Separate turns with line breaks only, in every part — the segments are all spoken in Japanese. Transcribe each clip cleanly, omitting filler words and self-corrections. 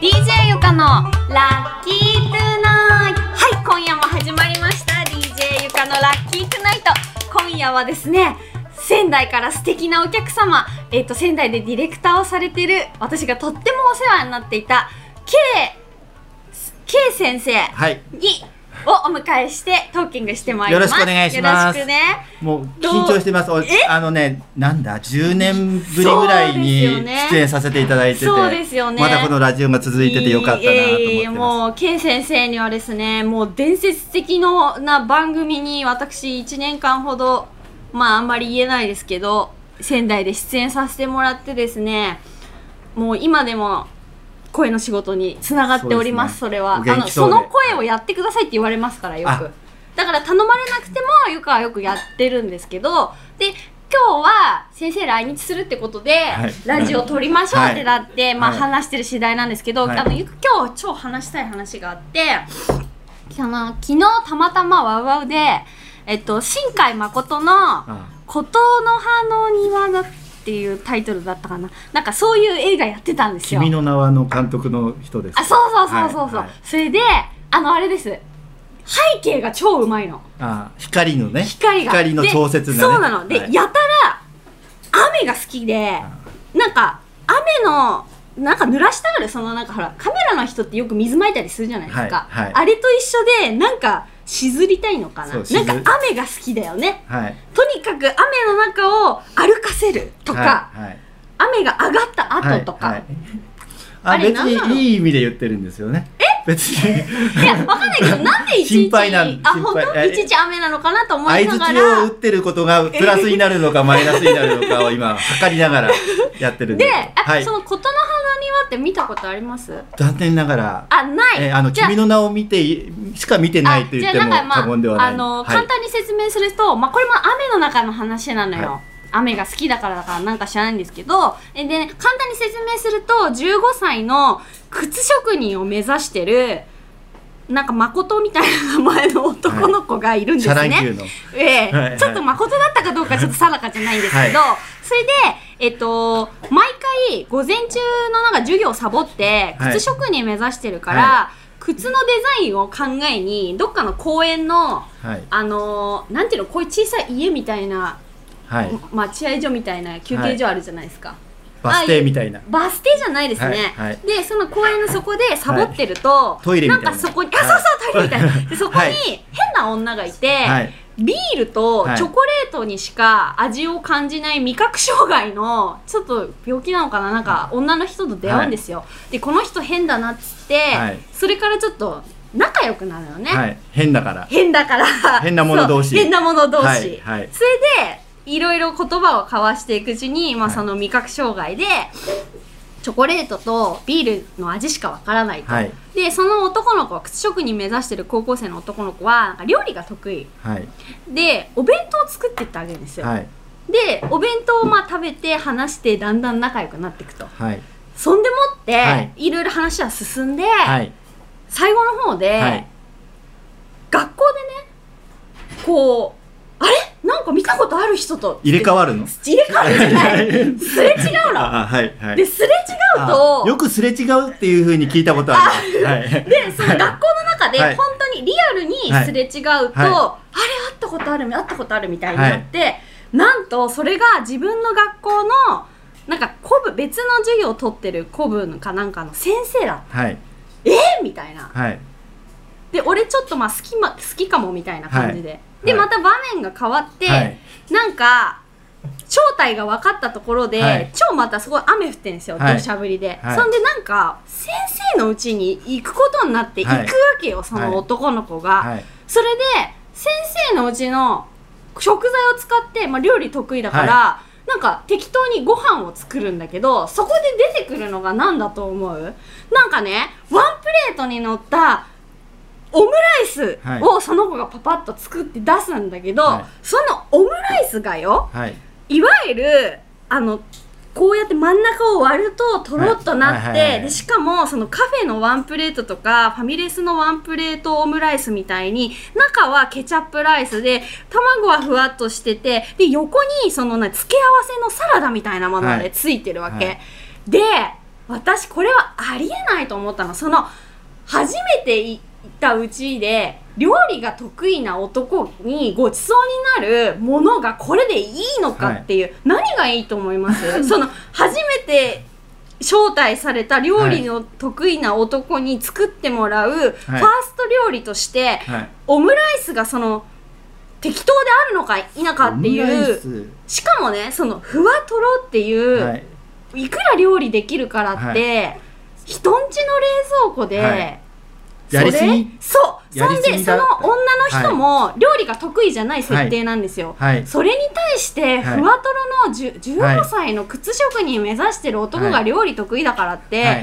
DJ ゆかのラッキートゥナイト。はい、今夜も始まりました DJ ゆかのラッキートゥナイト。今夜はですね、仙台から素敵なお客様、仙台でディレクターをされている私がとってもお世話になっていた K 先生に、をお迎えしてトーキングしてまいります。
よろしくお願いします。
よろしくね。
もう緊張してます。なんだ10年ぶりぐらいに出演させていただいてて、
そうですよね。
まだこのラジオが続いててよかったなと思ってます。
もう K 先生にはですね、もう伝説的な番組に私1年間ほど、あんまり言えないですけど仙台で出演させてもらってですね、もう今でも声の仕事につながっております。それはその声をやってくださいって言われますから、よく。だから頼まれなくてもゆかはよくやってるんですけど、で今日は先生来日するってことで、ラジオ撮りましょうってなって、話してる次第なんですけど、今日超話したい話があって、昨日たまたまワウワウで、新海誠の琴の葉の庭だっていうタイトルだったかな、なんかそういう映画やってたんですよ。
君の名はの監督の人です。
そう、それであれです、背景が超うまいの。
光のね、
光
の調節がね、
そうなので、やたら雨が好きで、なんか雨のなんか濡らしたがる、なんかほらカメラの人ってよく水まいたりするじゃないですか、あれと一緒でなんかしずりたいのかな、なんか雨が好きだよね、とにかく雨の中を歩かせるとか、雨が上がった後とか、
別にいい意味で言ってるんですよね。別に
いや、わかんないけど、なんでいちいち
心配なん
本当いちいち雨なのかなと思いながら、
相槌を打ってることがプラスになるのかマイナスになるのかを今測りながらやってるんで。
その琴の葉の庭って見たことあります？
残念ながら
ない。
君の名を見てしか見てないって言っても過言ではない。
簡単に説明すると、これも雨の中の話なのよ。雨が好きだからなんか知らないんですけど、で、簡単に説明すると、15歳の靴職人を目指してるなんか誠みたいな名前の男の子がいるんですね。ちょっと誠だったかどうかちょっと定かじゃないんですけど、それで毎回午前中のなんか授業をサボって靴職人目指してるから、靴のデザインを考えにどっかの公園の、なんていうの、こういう小さい家みたいな、待合所みたいな休憩所あるじゃないですか、
バス停みたいな。
バス停じゃないですね、でその公園のそこでサボってると、
トイレみたいな、
なんかそこにトイレみたいなで、そこに変な女がいて、ビールとチョコレートにしか味を感じない味覚障害のちょっと病気なのかな、なんか女の人と出会うんですよ、でこの人変だなっつって、それからちょっと仲良くなるのね、
変だから
変
な者同士、
それでいろいろ言葉を交わしていくうちに、その味覚障害でチョコレートとビールの味しかわからないと、でその男の子は靴職人目指してる高校生の男の子はなんか料理が得意、でお弁当を作ってってあげるんですよ、でお弁当を食べて話してだんだん仲良くなっていくと、そんでもって、いろいろ話は進んで、最後の方で、学校でね、こうあれなんか見たことある人と
入れ替わるの？
入れ替わるじゃないすれ違うの。で、すれ違うと
よくすれ違うっていう風に聞いたことある。
で、その学校の中で本当にリアルにすれ違うと、あれ会ったことあるみたいになって、なんとそれが自分の学校のなんか別の授業を取ってる古文かなんかの先生だった。みたいな。で、俺ちょっと好きかもみたいな感じで。でまた場面が変わって、なんか正体が分かったところで、超またすごい雨降ってんですよ、土砂降りで、そんでなんか先生の家に行くことになって行くわけよ、その男の子が、それで先生のうちの食材を使って、料理得意だから、なんか適当にご飯を作るんだけど、そこで出てくるのが何だと思う？なんかね、ワンプレートに乗ったオムライスをその子がパパッと作って出すんだけど、そのオムライスがよ、いわゆるこうやって真ん中を割るととろっとなって、でしかもそのカフェのワンプレートとかファミレスのワンプレートオムライスみたいに中はケチャップライスで卵はふわっとしてて、で横にその付け合わせのサラダみたいなものでついてるわけ、で私これはありえないと思ったの。その初めて行ったうちで料理が得意な男にごちそうになるものがこれでいいのかっていう、何がいいと思いますその初めて招待された料理の得意な男に作ってもらうファースト料理として、オムライスがその適当であるのか否かっていう、しかもねそのふわとろっていう、いくら料理できるからって、人んちの冷蔵庫で、
やりすぎ、
そんでその女の人も料理が得意じゃない設定なんですよ、それに対してふわとろの15歳の靴職人目指してる男が料理得意だからって、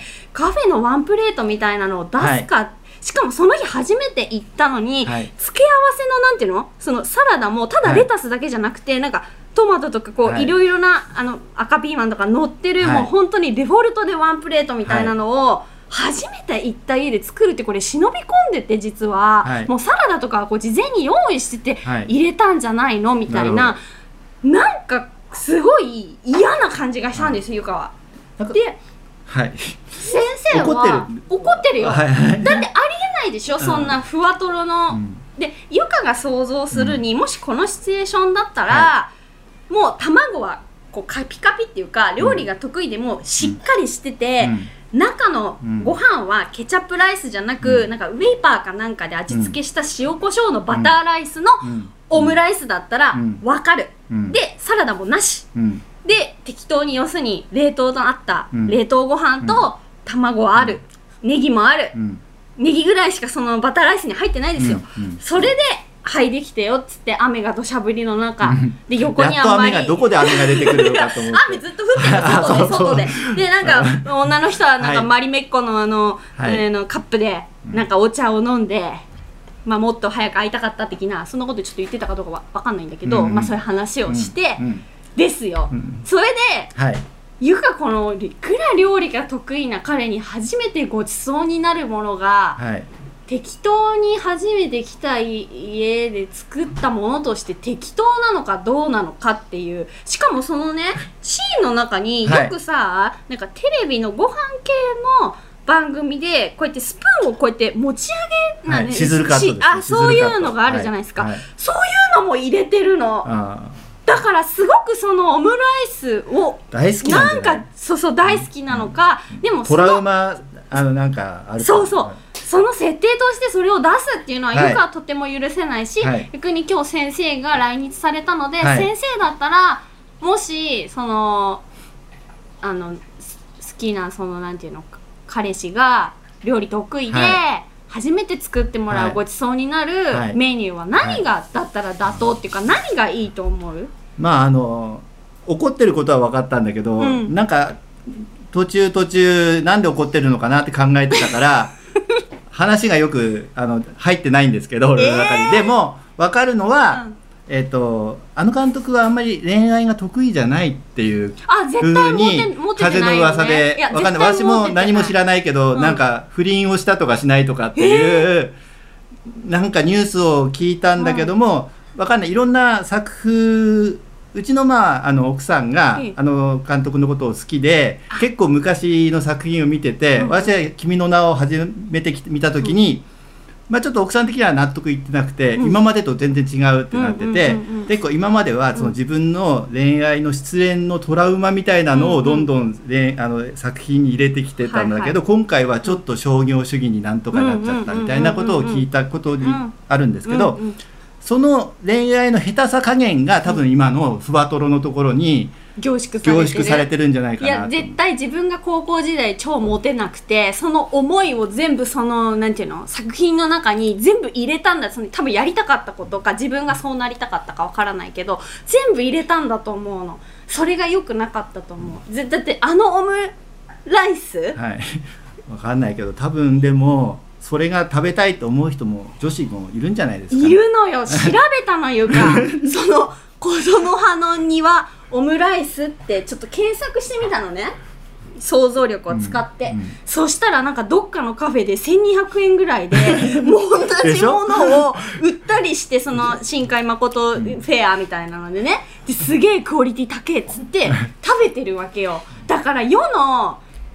カフェのワンプレートみたいなのを出すか、しかもその日初めて行ったのに、付け合わせのなんていうの、そのサラダもただレタスだけじゃなくて、なんかトマトとかこういろいろな赤ピーマンとか乗ってる、もう本当にデフォルトでワンプレートみたいなのを初めて行った家で作るって、これ忍び込んでて、実は、もうサラダとかこう事前に用意してて入れたんじゃないのみたいな、なんかすごい嫌な感じがしたんですよ、ゆかは。で、先生は怒ってるよ、だってありえないでしょ、そんなふわとろの、でゆかが想像するに、もしこのシチュエーションだったら、もう卵はこうカピカピっていうか、料理が得意でもしっかりしてて、中のご飯はケチャップライスじゃなく、なんかウェイパーかなんかで味付けした塩コショウのバターライスのオムライスだったらわかる、でサラダもなし、で適当に要するに冷凍とあった冷凍ご飯と卵はある、ネギもある、ネギぐらいしかそのバターライスに入ってないですよ、それではいできてよっつって、雨が土砂降りの中で、横にあんまり
やっと雨がどこで雨が出てくるのかと思って
雨ずっと降ってる外ででなんか女の人はなんかマリメッコのカップでなんかお茶を飲んで、まあもっと早く会いたかった的な、そんなことちょっと言ってたかどうかは分かんないんだけど、まあそういう話をしてですよ。それでゆかこのいくら料理が得意な彼に初めてごちそうになるものが、適当に初めて来た家で作ったものとして適当なのかどうなのかっていう、しかもそのねシーンの中によくさ、なんかテレビのご飯系の番組でこうやってスプーンをこうやって持ち上げなね、
シズルカットです、
そういうのがあるじゃないですか、そういうのも入れてるの。だからすごくそのオムライスを
大好きなんか
そう大好きなのか、でも
トラウマなんかあるか、
その設定としてそれを出すっていうのはゆかはとても許せないし、逆に今日先生が来日されたので、先生だったらもしその好きなそのなんていうの、彼氏が料理得意で、初めて作ってもらうごちそうになるメニューは何がだったら妥当っていうか、何がいいと思う？
まあ怒ってることは分かったんだけど、なんか途中なんで怒ってるのかなって考えてたから話がよく入ってないんですけど、俺の中に。でも分かるのは、監督はあんまり恋愛が得意じゃないっていう風に風の噂で、分かんない、私も何も知らないけど、なんか不倫をしたとかしないとかっていうなんかニュースを聞いたんだけども、分かんない、いろんな作風、うちの奥さんが監督のことを好きで、結構昔の作品を見てて、私は「君の名」を初めて見た時に、ちょっと奥さん的には納得いってなくて、今までと全然違うってなってて、結構今まではその自分の恋愛の失恋のトラウマみたいなのをどんどん作品に入れてきてたんだけど、今回はちょっと商業主義になんとかなっちゃったみたいなことを聞いたことにあるんですけど、その恋愛の下手さ加減が多分今のふわとろのところに凝縮されてるんじゃないかなと。
いや絶対自分が高校時代超モテなくて、その思いを全部そのなんていうの、作品の中に全部入れたんだ。その多分やりたかったことか自分がそうなりたかったかわからないけど、全部入れたんだと思うの。それが良くなかったと思う。だってオムライス、
わかんないけど、多分でもそれが食べたいと思う人も女子もいるんじゃないですか。
いるのよ、調べたのよかその子供派の庭オムライスってちょっと検索してみたのね、想像力を使って、そしたらなんかどっかのカフェで1200円ぐらいでもう同じものを売ったりして、その新海誠フェアみたいなのでね、ですげえクオリティ高えっつって食べてるわけよ。だから世の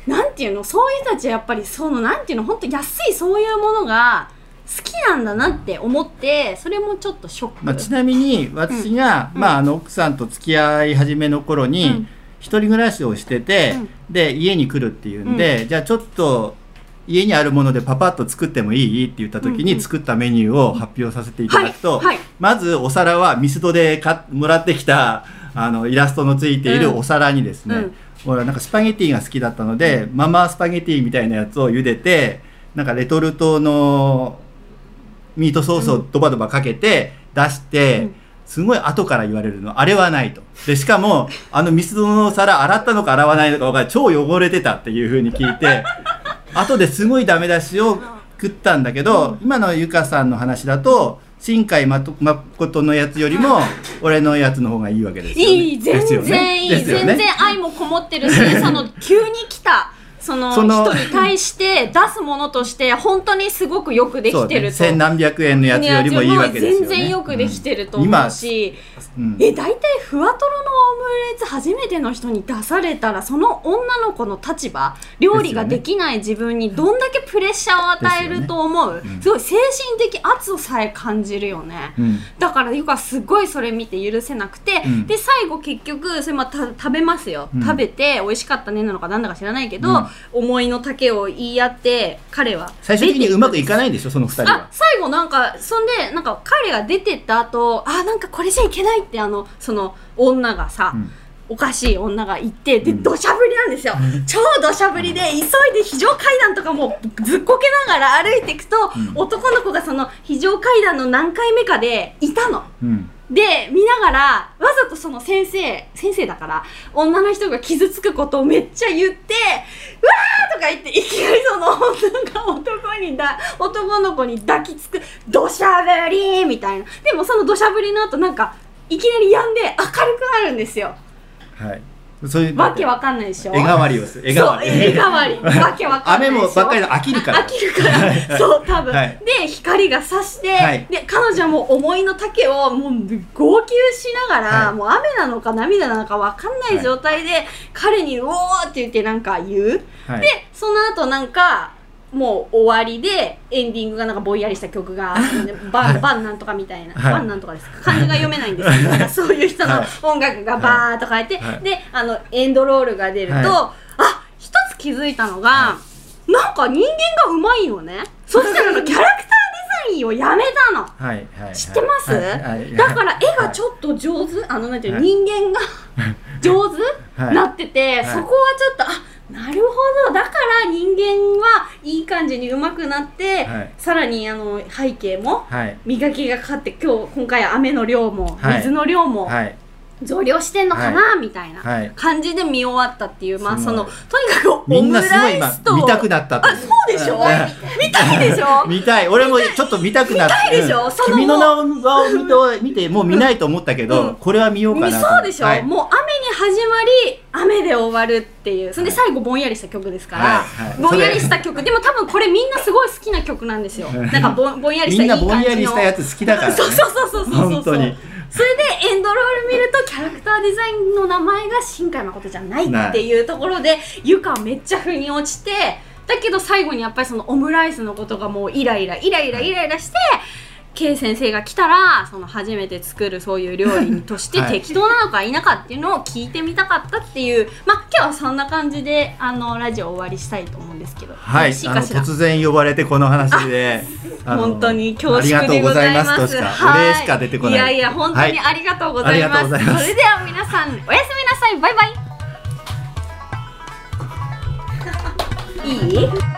なんていうの、そういう人たちはやっぱりそのなんていうの、本当安いそういうものが好きなんだなって思って、それもちょっとショック。
ちなみに私が、奥さんと付き合い始めの頃に、一人暮らしをしてて、で家に来るっていうんで、じゃあちょっと家にあるものでパパッと作ってもいいって言った時に作ったメニューを発表させていただくと、まずお皿はミスドでもらってきたイラストのついているお皿にですね、俺はなんかスパゲティが好きだったので、ママスパゲティみたいなやつを茹でて、なんかレトルトのミートソースをドバドバかけて出して、すごい後から言われるの、あれはないと。でしかもミスドの皿洗ったのか洗わないのか分からない、超汚れてたっていう風に聞いて後ですごいダメ出しを食ったんだけど、今のゆかさんの話だと新海誠のやつよりも俺のやつの方がいいわけですよね。
いい、全然いい、全然愛もこもってるし、その急に来たその人に対して出すものとして本当にすごくよくできてると、
千何百円のやつよりもいいわけですよね。
全然よくできてると思うし、大体ふわとろのオムレツ初めての人に出されたら、その女の子の立場、料理ができない自分にどんだけプレッシャーを与えると思う、すごい精神的圧さえ感じるよね、だからゆかすごいそれ見て許せなくて、で最後結局それ食べますよ、食べて美味しかったねなのかなんだか知らないけど、思いの丈を言い合って彼は
最終的にうまくいかないんでしょ、その2人は。
最後なんかそんでなんか彼が出てった後、なんかこれじゃいけないってその女がさ、おかしい女が行って、で土砂降りなんですよ、超土砂降りで急いで非常階段とかもずっこけながら歩いていくと、男の子がその非常階段の何回目かでいたの、で見ながらわざとその先生だから女の人が傷つくことをめっちゃ言って、うわーとか言っていきなりその女が男の子に抱きつく、土砂降りみたいな。でもその土砂降りの後なんかいきなり止んで明るくなるんですよ。
はい。そういう
わけわかんないでしょ。
絵変わりをする。
絵変わり。わけわかんないでしょ。雨も
ばっかりで飽きるから。
そう多分、で光が差して、で彼女も思いの丈をもう号泣しながら、もう雨なのか涙なのかわかんない状態で、彼にうおーって言ってなんか言う。でその後なんかもう終わりでエンディングがなんかぼんやりした曲がバンなんとかみたいな、バンなんとかですか、漢字が読めないんですけど、そういう人の音楽がバーッと書いて、でエンドロールが出ると、一つ気づいたのが、なんか人間がうまいのね。そしたらキャラクターデザインをやめたの、知ってます？だから絵がちょっと上手、なんていう人間が上手なってて、そこはちょっとなるほど、だから人間はいい感じに上手くなって、さらに背景も磨きがかかって、今回雨の量も水の量も増量してんのかな、みたいな感じで見終わったっていう、とにかくオムライスと
見たくなったと。
そうでしょ、見たいでしょ。
見たい、俺もちょっと見たくなった。
見たいでしょ。
君の名を見てもう見ないと思ったけど、これは見ようかな。
そうでしょ、もう雨に始まり雨で終わるっていう。それで最後ぼんやりした曲ですから、ぼんやりした曲でも多分これみんなすごい好きな曲なんですよ。なんかぼんやりしたいい感じの、みんなぼんやりしたやつ好きだからね。そう本当に。それでエンドロール見るとキャラクターデザインの名前が新海誠じゃないっていうところで、ゆかめっちゃ腑に落ちて、だけど最後にやっぱりそのオムライスのことがもうイライラして、K 先生が来たらその初めて作るそういう料理として適当なのか否かっていうのを聞いてみたかったっていう、今日はそんな感じでラジオ終わりしたいと思うんですけど、
突然呼ばれてこの話で
本当に恐縮でございます。
お礼しか出てこない。
いや本当にありがとうございます。それでは皆さんおやすみなさい。バイバイ。いい？